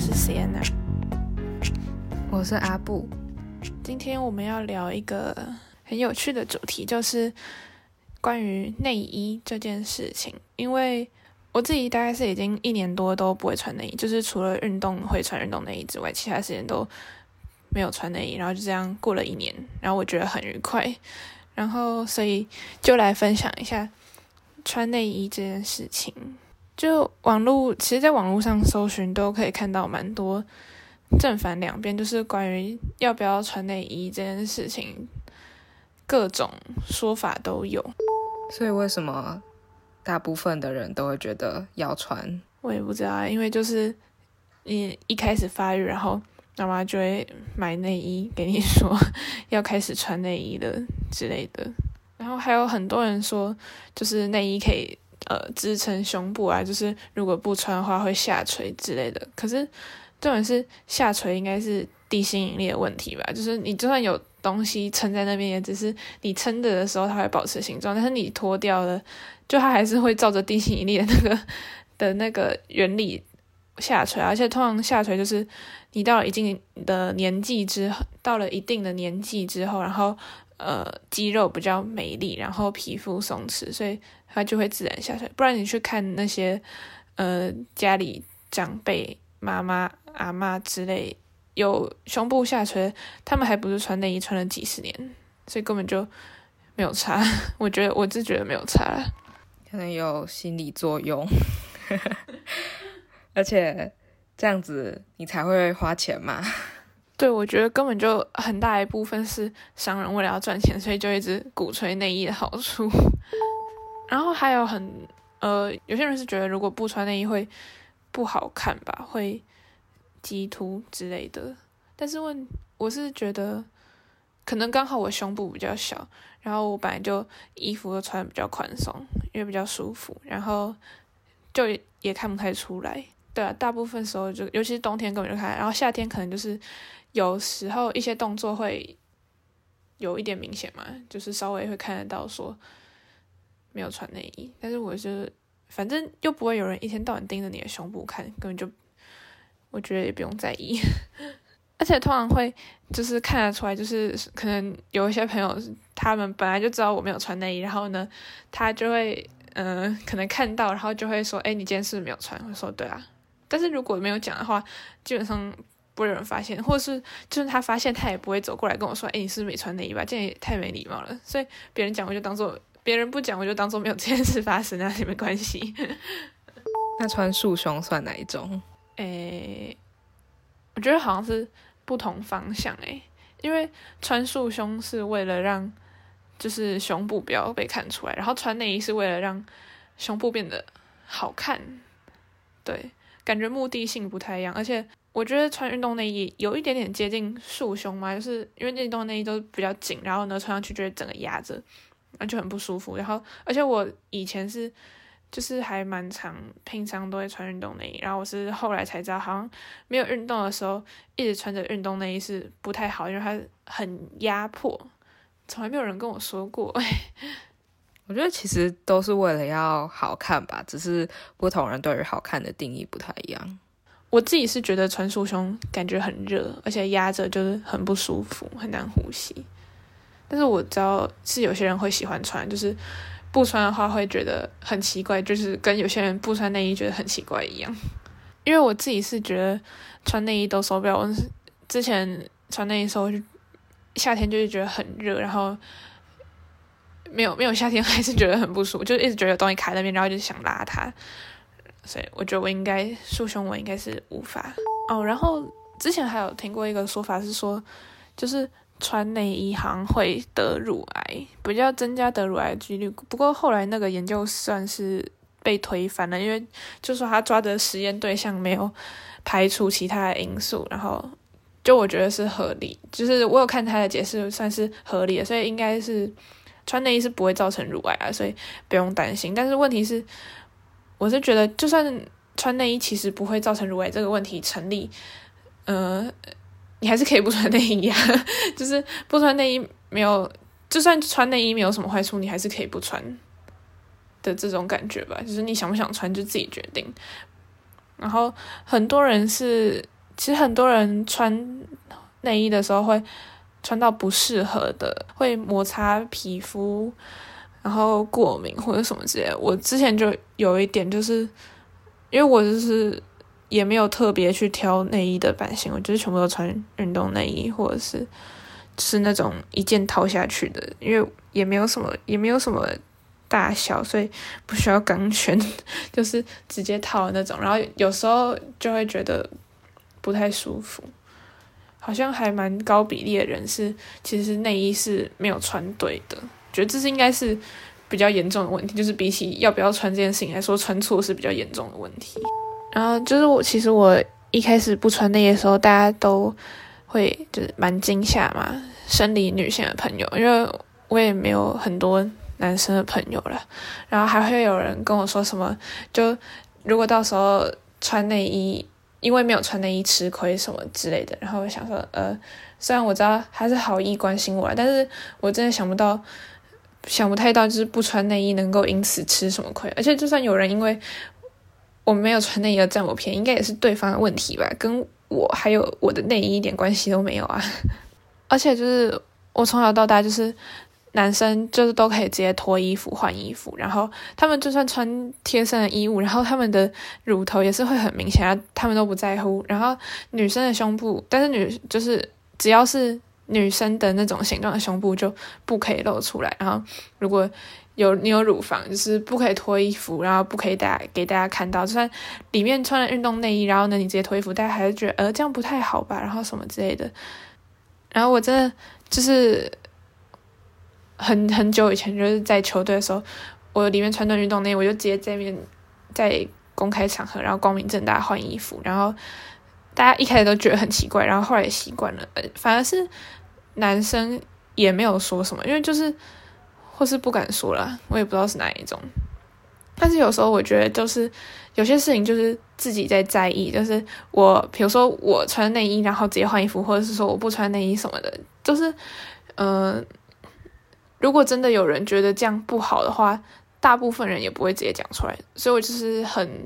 是 Sienna， 我是阿布。 今天我们要聊一个很有趣的主题，就是关于内衣这件事情。因为我自己大概是已经1年多都不会穿内衣，就是除了运动会穿运动内衣之外，其他时间都没有穿内衣，然后就这样过了1年，然后我觉得很愉快，然后所以就来分享一下穿内衣这件事情。就其实在网络上搜寻都可以看到蛮多正反两边，就是关于要不要穿内衣这件事情，各种说法都有。 所以为什么大部分的人都会觉得要穿？ 我也不知道，因为就是你一开始发育，然后妈妈就会买内衣给你说要开始穿内衣了之类的。然后还有很多人说，就是内衣可以支撑胸部啊，就是如果不穿的话会下垂之类的。可是重点是下垂应该是地心引力的问题吧，就是你就算有东西撑在那边，也只是你撑着的时候它会保持形状，但是你脱掉了，就它还是会照着地心引力的那个原理下垂。而且通常下垂就是你到了一定的年纪之后，然后肌肉比较美丽，然后皮肤松弛，所以它就会自然下垂。不然你去看那些家里长辈妈妈阿嬷之类有胸部下垂，他们还不是穿内衣穿了几十年，所以根本就没有差。我是觉得没有差啦， 可能有心理作用而且这样子你才会花钱嘛。 对，我觉得根本就很大一部分是商人为了要赚钱，所以就一直鼓吹内衣的好处。然后还有有些人是觉得如果不穿内衣会不好看吧，会激凸之类的。但是我是觉得可能刚好我胸部比较小，然后我本来就衣服都穿得比较宽松，因为比较舒服，然后就也看不太出来。对啊，大部分时候就尤其是冬天根本就看，然后夏天可能就是有时候一些动作会有一点明显嘛，就是稍微会看得到说没有穿内衣。但是我就是反正又不会有人一天到晚盯着你的胸部看，根本就我觉得也不用在意。而且通常会就是看得出来，就是可能有一些朋友他们本来就知道我没有穿内衣，然后呢他就会可能看到，然后就会说你今天是不是没有穿？我说对啊。但是如果没有讲的话，基本上不会有人发现，或者是就是他发现他也不会走过来跟我说你是不是没穿内衣吧，这样也太没礼貌了。所以别人讲我就当做，别人不讲我就当做没有这件事发生啊，也没关系。 那穿束胸算哪一种？ 我觉得好像是不同方向因为穿束胸是为了让就是胸部不要被看出来，然后穿内衣是为了让胸部变得好看。对，感觉目的性不太一样。而且我觉得穿运动内衣有一点点接近束胸嘛，就是因为运动内衣都比较紧，然后呢穿上去就会整个压着，然后就很不舒服。然后而且我以前就是还蛮平常都会穿运动内衣，然后我是后来才知道，好像没有运动的时候一直穿着运动内衣是不太好，因为它很压迫。从来没有人跟我说过。 我觉得其实都是为了要好看吧，只是不同人对于好看的定义不太一样。 我自己是觉得穿束胸感觉很热，而且压着就是很不舒服，很难呼吸。但是我知道是有些人会喜欢穿，就是不穿的话会觉得很奇怪，就是跟有些人不穿内衣觉得很奇怪一样。因为我自己是觉得穿内衣都受不了，我之前穿内衣的时候夏天就是觉得很热，然后没有夏天还是觉得很不舒服，就一直觉得有东西卡在那边，然后就想拉它。所以我觉得束胸我应该是无法然后之前还有听过一个说法是说，就是穿内衣好像会得乳癌，比较增加得乳癌的几率。不过后来那个研究算是被推翻了，因为就说他抓的实验对象没有排除其他的因素，然后就我觉得是合理，就是我有看他的解释算是合理的，所以应该是穿内衣是不会造成乳癌啊，所以不用担心。但是问题是，我是觉得就算穿内衣其实不会造成乳癌这个问题成立，你还是可以不穿内衣啊。就是不穿内衣没有，就算穿内衣没有什么坏处，你还是可以不穿的这种感觉吧。就是你想不想穿就自己决定。然后很多人是其实很多人穿内衣的时候会穿到不适合的，会摩擦皮肤，然后过敏或者什么之类的。我之前就有一点，就是因为我就是也没有特别去挑内衣的版型，我就是全部都穿运动内衣，或者是那种一件套下去的，因为也没有什么大小，所以不需要钢圈，就是直接套的那种。然后有时候就会觉得不太舒服。好像还蛮高比例的人是，其实内衣是没有穿对的，觉得这是应该是比较严重的问题，就是比起要不要穿这件事情来说，穿错是比较严重的问题。然后就是其实我一开始不穿内衣的时候，大家都会就是蛮惊吓嘛，生理女性的朋友，因为我也没有很多男生的朋友了，然后还会有人跟我说什么，就如果到时候穿内衣。因为没有穿内衣吃亏什么之类的，然后我想说，虽然我知道他是好意关心我，但是我真的想不太到，就是不穿内衣能够因此吃什么亏。而且就算有人因为我没有穿内衣而占我便宜，应该也是对方的问题吧，跟我还有我的内衣一点关系都没有啊。而且就是我从小到大就是男生就是都可以直接脱衣服换衣服，然后他们就算穿贴身的衣物，然后他们的乳头也是会很明显，他们都不在乎。然后女生的胸部，但是就是只要是女生的那种形状的胸部就不可以露出来。然后如果你有乳房，就是不可以脱衣服，然后不可以给大家看到，就算里面穿了运动内衣，然后呢你直接脱衣服，大家还是觉得这样不太好吧，然后什么之类的。然后我真的就是很久以前，就是在球队的时候，我里面穿的运动内衣，我就直接在公开场合，然后光明正大换衣服，然后大家一开始都觉得很奇怪，然后后来也习惯了，反而是男生也没有说什么，因为就是或是不敢说啦，我也不知道是哪一种。但是有时候我觉得就是有些事情就是自己在意，就是比如说我穿内衣然后直接换衣服，或者是说我不穿内衣什么的，就是如果真的有人觉得这样不好的话，大部分人也不会直接讲出来。所以我就是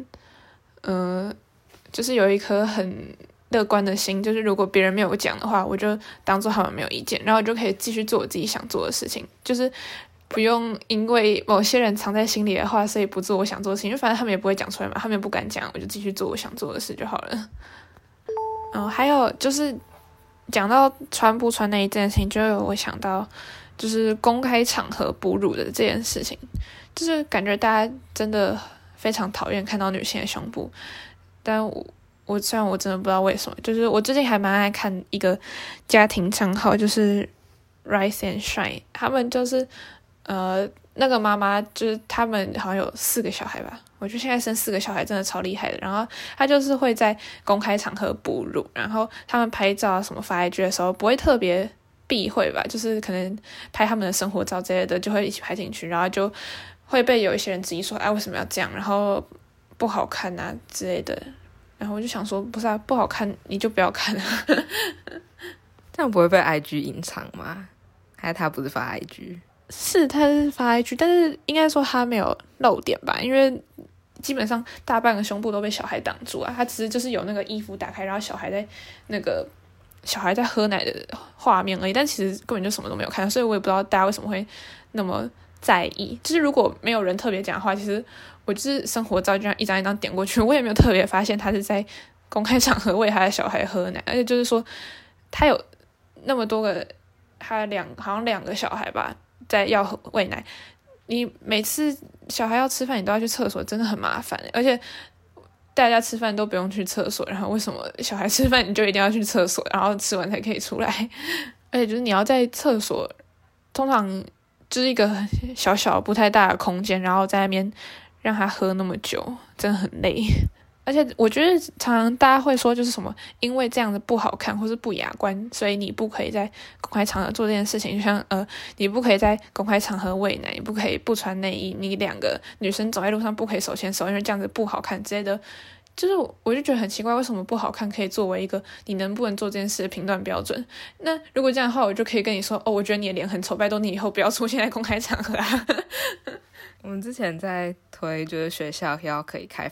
就是有一颗很乐观的心，就是如果别人没有讲的话，我就当做他们没有意见，然后我就可以继续做我自己想做的事情，就是不用因为某些人藏在心里的话，所以不做我想做的事情，因为反正他们也不会讲出来嘛，他们也不敢讲，我就继续做我想做的事就好了。还有就是讲到穿不穿内衣这件事情，就有我想到就是公开场合哺乳的这件事情，就是感觉大家真的非常讨厌看到女性的胸部，但我虽然我真的不知道为什么，就是我最近还蛮爱看一个家庭账号，就是 Rise and Shine， 他们就是那个妈妈就是他们好像有4个小孩吧，我觉得现在生4个小孩真的超厉害的。然后他就是会在公开场合哺乳，然后他们拍照什么发 IG 的时候不会特别避讳吧，就是可能拍他们的生活照之类的就会一起拍进去，然后就会被有一些人质疑说为什么要这样，然后不好看啊之类的。然后我就想说不是不好看你就不要看啊。 这样不会被 IG 隐藏吗？还是他不是发 IG？ 是他是发 IG， 但是应该说他没有露点吧，因为基本上大半个胸部都被小孩挡住啊，他只是就是有那个衣服打开，然后小孩在喝奶的画面而已，但其实根本就什么都没有看，所以我也不知道大家为什么会那么在意。就是如果没有人特别讲的话，其实我就是生活照就这样一张一张点过去，我也没有特别发现他是在公开场合喂他的小孩喝奶，而且就是说他有那么多个，他好像2个小孩吧，在要喂奶，你每次小孩要吃饭你都要去厕所，真的很麻烦，而且大家吃饭都不用去厕所，然后为什么小孩吃饭你就一定要去厕所，然后吃完才可以出来？而且就是你要在厕所，通常就是一个小小不太大的空间，然后在那边让他喝那么久，真的很累。而且我觉得常常大家会说就是什么因为这样子不好看或是不雅观，所以你不可以在公开场合做这件事情，就像你不可以在公开场合喂奶，你不可以不穿内衣，你2个女生走在路上不可以手牵手，因为这样子不好看之类的。就是我就觉得很奇怪，为什么不好看可以作为一个你能不能做这件事的评断标准？那如果这样的话，我就可以跟你说我觉得你的脸很丑，拜托你以后不要出现在公开场合啊。 我们之前在推就是学校要可以开放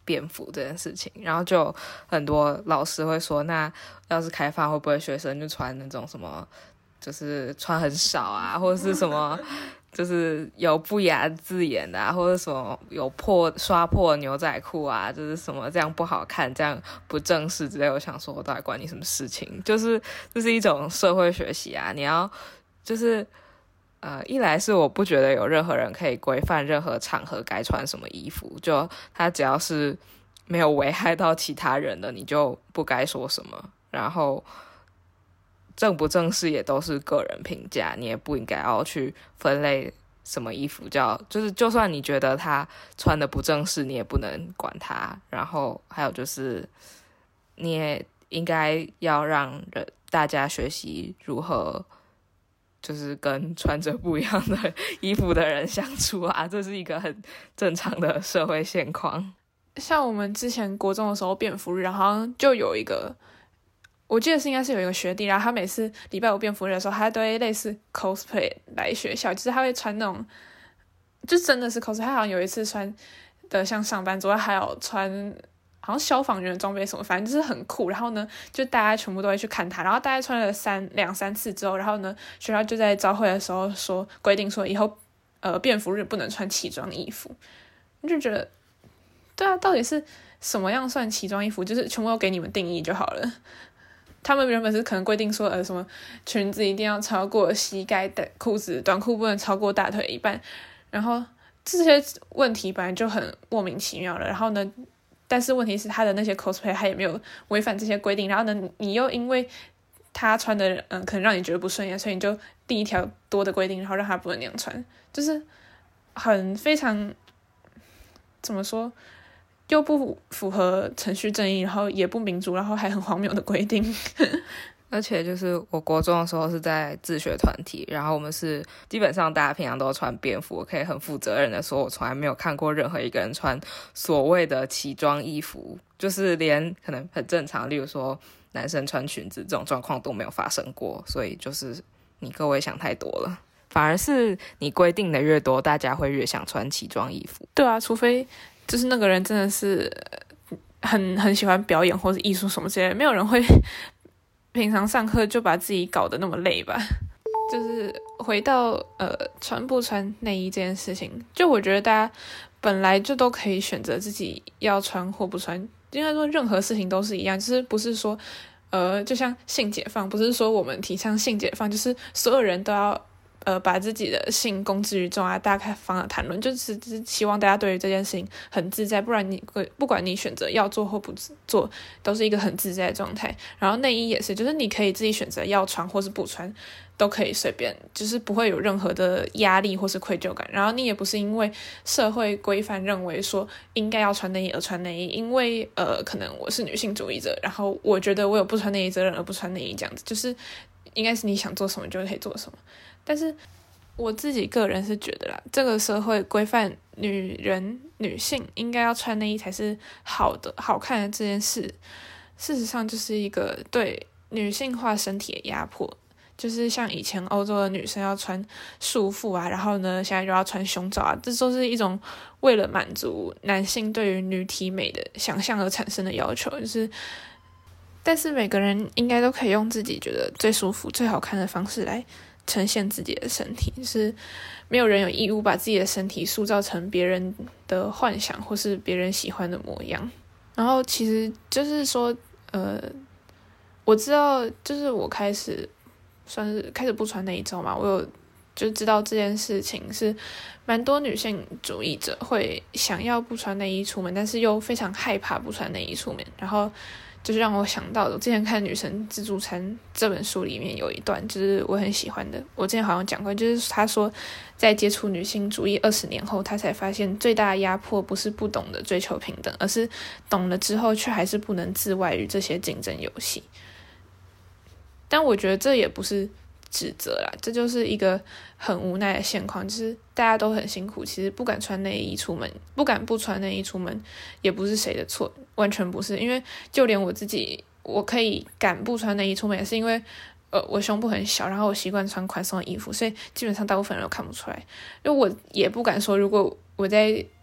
便服这件事情，然后就很多老师会说，那要是开放会不会学生就穿那种什么，就是穿很少啊，或者是什么就是有不雅字眼啊，或者什么有刷破牛仔裤啊，就是什么这样不好看，这样不正式之类。我想说，我到底管你什么事情？就是这是一种社会学习啊，你要就是一来是我不觉得有任何人可以规范任何场合该穿什么衣服，就他只要是没有危害到其他人的，你就不该说什么。然后正不正式也都是个人评价，你也不应该要去分类什么衣服就是就算你觉得他穿的不正式，你也不能管他。然后还有就是你也应该要让大家学习如何就是跟穿着不一样的衣服的人相处啊，这是一个很正常的社会现况。 像我们之前国中的时候便服日，然后好像就有一个，我记得是应该是有一个学弟，然后他每次礼拜五便服日的时候，他都会类似 cosplay 来学校，就是他会穿那种，就真的是 cosplay。他好像有一次穿的像上班族，还有穿好像消防员的装备什么，反正就是很酷。然后呢，就大家全部都会去看他，然后大概穿了两三次之后，然后呢，学校就在朝会的时候规定说以后便服日不能穿奇装异服。我就觉得，对啊，到底是什么样算奇装异服？就是全部都给你们定义就好了。他们原本是可能规定说，什么裙子一定要超过膝盖的裤子，短裤不能超过大腿一半，然后这些问题本来就很莫名其妙了。然后呢，但是问题是他的那些 cosplay 他也没有违反这些规定，然后呢，你又因为他穿的可能让你觉得不顺眼，所以你就定一条多的规定，然后让他不能那样穿，就是非常怎么说？又不符合程序正义，然后也不民主，然后还很荒谬的规定。 而且就是我国中的时候是在自学团体，然后我们是基本上大家平常都穿便服，我可以很负责任的说，我从来没有看过任何一个人穿所谓的奇装异服，就是连可能很正常，例如说男生穿裙子这种状况都没有发生过。所以就是你各位想太多了，反而是你规定的越多，大家会越想穿奇装异服。 对啊，除非就是那个人真的是很喜欢表演或者艺术什么之类的，没有人会平常上课就把自己搞得那么累吧。就是回到穿不穿内衣这件事情，就我觉得大家本来就都可以选择自己要穿或不穿，应该说任何事情都是一样，就是不是说就像性解放，不是说我们提倡性解放，就是所有人都要把自己的性公之于众啊，大开放的谈论，就是希望大家对于这件事情很自在，不然不管你选择要做或不做，都是一个很自在的状态。然后内衣也是，就是你可以自己选择要穿或是不穿，都可以随便，就是不会有任何的压力或是愧疚感。然后你也不是因为社会规范认为说应该要穿内衣而穿内衣，因为可能我是女性主义者，然后我觉得我有不穿内衣责任而不穿内衣，这样子就是应该是你想做什么就可以做什么。但是我自己个人是觉得啦，这个社会规范女性应该要穿内衣才是好的、好看的这件事，事实上就是一个对女性化身体的压迫。就是像以前欧洲的女生要穿束缚啊，然后呢，现在就要穿胸罩啊，这都是一种为了满足男性对于女体美的想象而产生的要求。但是每个人应该都可以用自己觉得最舒服、最好看的方式来呈现自己的身体，就是没有人有义务把自己的身体塑造成别人的幻想或是别人喜欢的模样。然后其实就是说，我知道，就是我算是开始不穿内衣之后嘛，我有就知道这件事情是蛮多女性主义者会想要不穿内衣出门，但是又非常害怕不穿内衣出门。然后就是让我想到我之前看《女神自助餐》这本书里面有一段，就是我很喜欢的。我之前好像讲过，就是他说在接触女性主义20年后，他才发现最大的压迫不是不懂得追求平等，而是懂了之后却还是不能自外于这些竞争游戏。但我觉得这也不是指责啦，这就是一个很无奈的现况，就是大家都很辛苦，其实不敢穿内衣出门，不敢不穿内衣出门，也不是谁的错，完全不是。因为就连我自己，我可以敢不穿内衣出门，也是因为我胸部很小，然后我习惯穿宽松的衣服，所以基本上大部分人都看不出来。因为我也不敢说，如果我在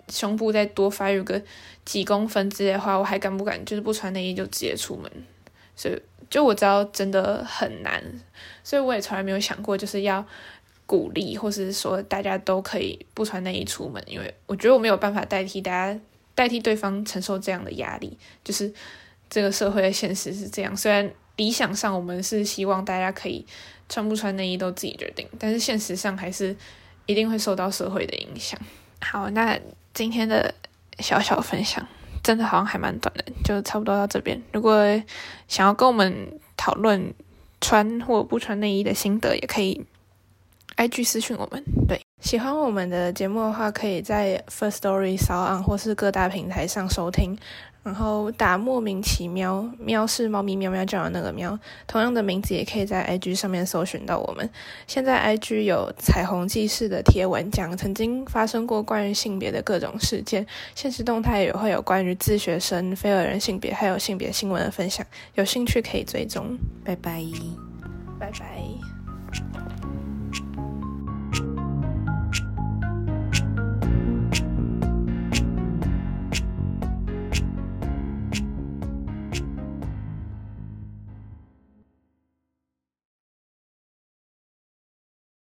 胸部再多发育个几公分之类的话，我还敢不敢就是不穿内衣就直接出门？所以就我知道真的很难，所以我也从来没有想过就是要鼓励或是说大家都可以不穿内衣出门，因为我觉得我没有办法代替对方承受这样的压力，就是这个社会的现实是这样。虽然理想上我们是希望大家可以穿不穿内衣都自己决定，但是现实上还是一定会受到社会的影响。好，那今天的小小分享真的好像还蛮短的，就差不多到这边。如果想要跟我们讨论穿或不穿内衣的心得，也可以 IG 私讯我们。对，喜欢我们的节目的话，可以在 Firstory、SoundOn 或是各大平台上收听，然后打莫名其妙，喵是猫咪喵喵叫的那个喵，同样的名字也可以在 IG 上面搜寻到我们。现在 IG 有彩虹记事的贴文，讲曾经发生过关于性别的各种事件，现实动态也会有关于自学生、非二人性别还有性别新闻的分享，有兴趣可以追踪。 拜拜。 拜拜。